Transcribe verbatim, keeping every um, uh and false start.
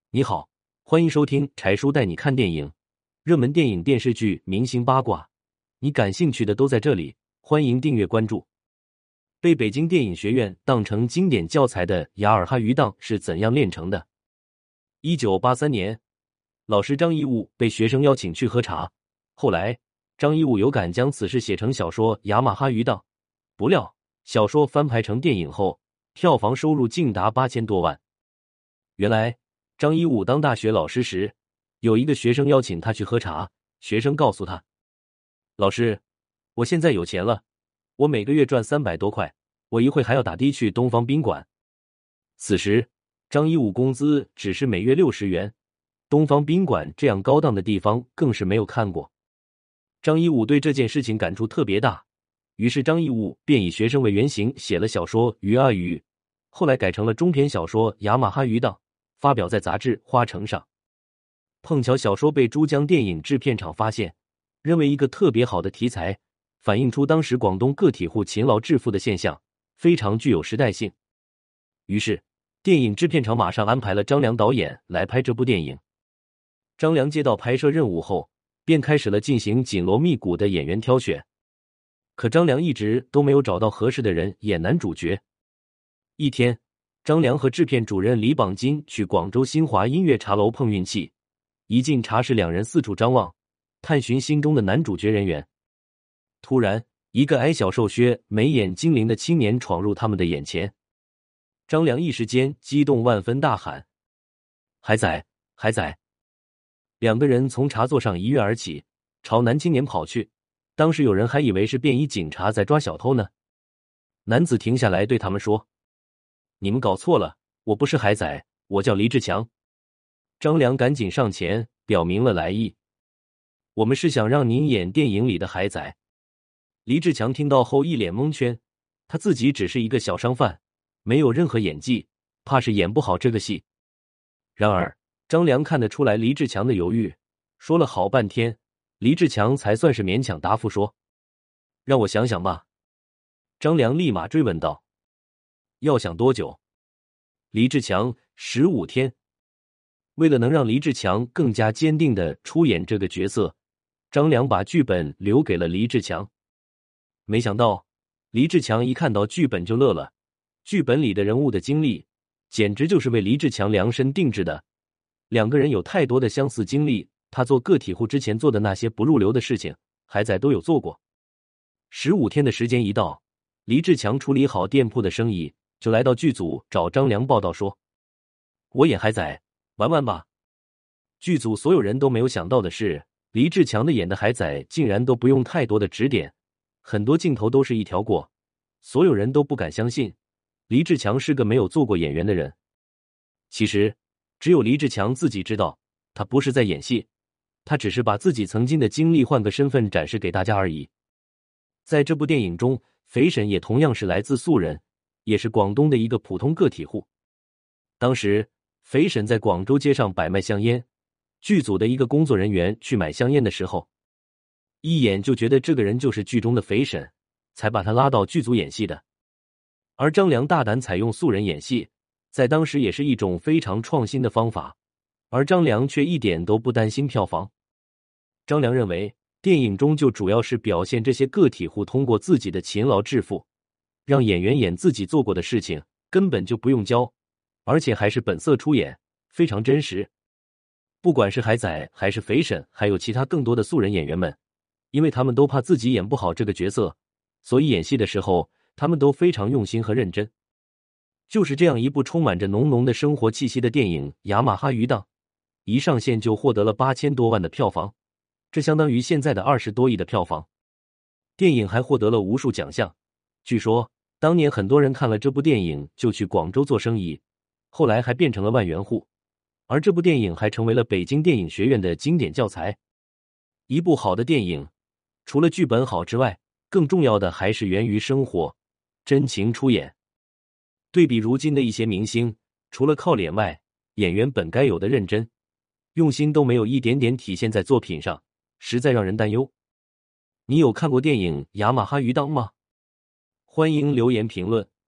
你好，欢迎收听柴叔带你看电影，热门电影、电视剧、明星八卦，你感兴趣的都在这里。欢迎订阅关注。被北京电影学院当成经典教材的雅尔哈余档是怎样炼成的？一九八三年，老师张一悟被学生邀请去喝茶，后来张一悟有感将此事写成小说《雅马哈余档》，不料小说翻拍成电影后，票房收入竟达八千多万。原来张一悟当大学老师时，有一个学生邀请他去喝茶，学生告诉他：老师，我现在有钱了，我每个月赚三百多块，我一会还要打的去东方宾馆。此时张一悟工资只是每月六十元，东方宾馆这样高档的地方更是没有看过。张一悟对这件事情感触特别大，于是张一悟便以学生为原型写了小说《鱼啊鱼》，后来改成了中篇小说《雅马哈余档》，发表在杂志《花城》上。碰巧小说被珠江电影制片厂发现，认为一个特别好的题材，反映出当时广东个体户勤劳致富的现象，非常具有时代性。于是电影制片厂马上安排了张良导演来拍这部电影。张良接到拍摄任务后，便开始了进行紧锣密鼓的演员挑选。可张良一直都没有找到合适的人演男主角。一天，张良和制片主任李榜金去广州新华音乐茶楼碰运气，一进茶室，两人四处张望，探寻心中的男主角人员。突然，一个矮小瘦削、眉眼精灵的青年闯入他们的眼前。张良一时间激动万分，大喊：海仔，海仔！两个人从茶座上一跃而起，朝男青年跑去。当时有人还以为是便衣警察在抓小偷呢。男子停下来对他们说：你们搞错了，我不是海仔，我叫黎志强。张良赶紧上前表明了来意：我们是想让您演电影里的海仔。黎志强听到后一脸蒙圈，他自己只是一个小商贩，没有任何演技，怕是演不好这个戏。然而张良看得出来黎志强的犹豫，说了好半天，黎志强才算是勉强答复说：让我想想吧。张良立马追问道：要想多久？黎志强：十五天。为了能让黎志强更加坚定地出演这个角色，张良把剧本留给了黎志强。没想到黎志强一看到剧本就乐了，剧本里的人物的经历简直就是为黎志强量身定制的。两个人有太多的相似经历，他做个体户之前做的那些不入流的事情，海仔都有做过。十五天的时间一到，黎志强处理好店铺的生意，就来到剧组找张良报道说：我演海仔，玩玩吧。剧组所有人都没有想到的是，黎志强的演的海仔竟然都不用太多的指点，很多镜头都是一条过，所有人都不敢相信黎志强是个没有做过演员的人。其实只有黎志强自己知道，他不是在演戏，他只是把自己曾经的经历换个身份展示给大家而已。在这部电影中，肥婶也同样是来自素人，也是广东的一个普通个体户。当时肥婶在广州街上摆卖香烟，剧组的一个工作人员去买香烟的时候，一眼就觉得这个人就是剧中的肥婶，才把他拉到剧组演戏的。而张良大胆采用素人演戏，在当时也是一种非常创新的方法，而张良却一点都不担心票房。张良认为电影中就主要是表现这些个体户通过自己的勤劳致富，让演员演自己做过的事情，根本就不用教，而且还是本色出演，非常真实。不管是海仔还是肥婶，还有其他更多的素人演员们，因为他们都怕自己演不好这个角色，所以演戏的时候他们都非常用心和认真。就是这样一部充满着浓浓的生活气息的电影《雅马哈余档》，一上线就获得了八千多万的票房，这相当于现在的二十多亿的票房。电影还获得了无数奖项，据说当年很多人看了这部电影就去广州做生意，后来还变成了万元户。而这部电影还成为了北京电影学院的经典教材。一部好的电影，除了剧本好之外，更重要的还是源于生活，真情出演。对比如今的一些明星，除了靠脸外，演员本该有的认真、用心都没有一点点体现在作品上，实在让人担忧。你有看过电影《雅马哈余档》吗？欢迎留言评论。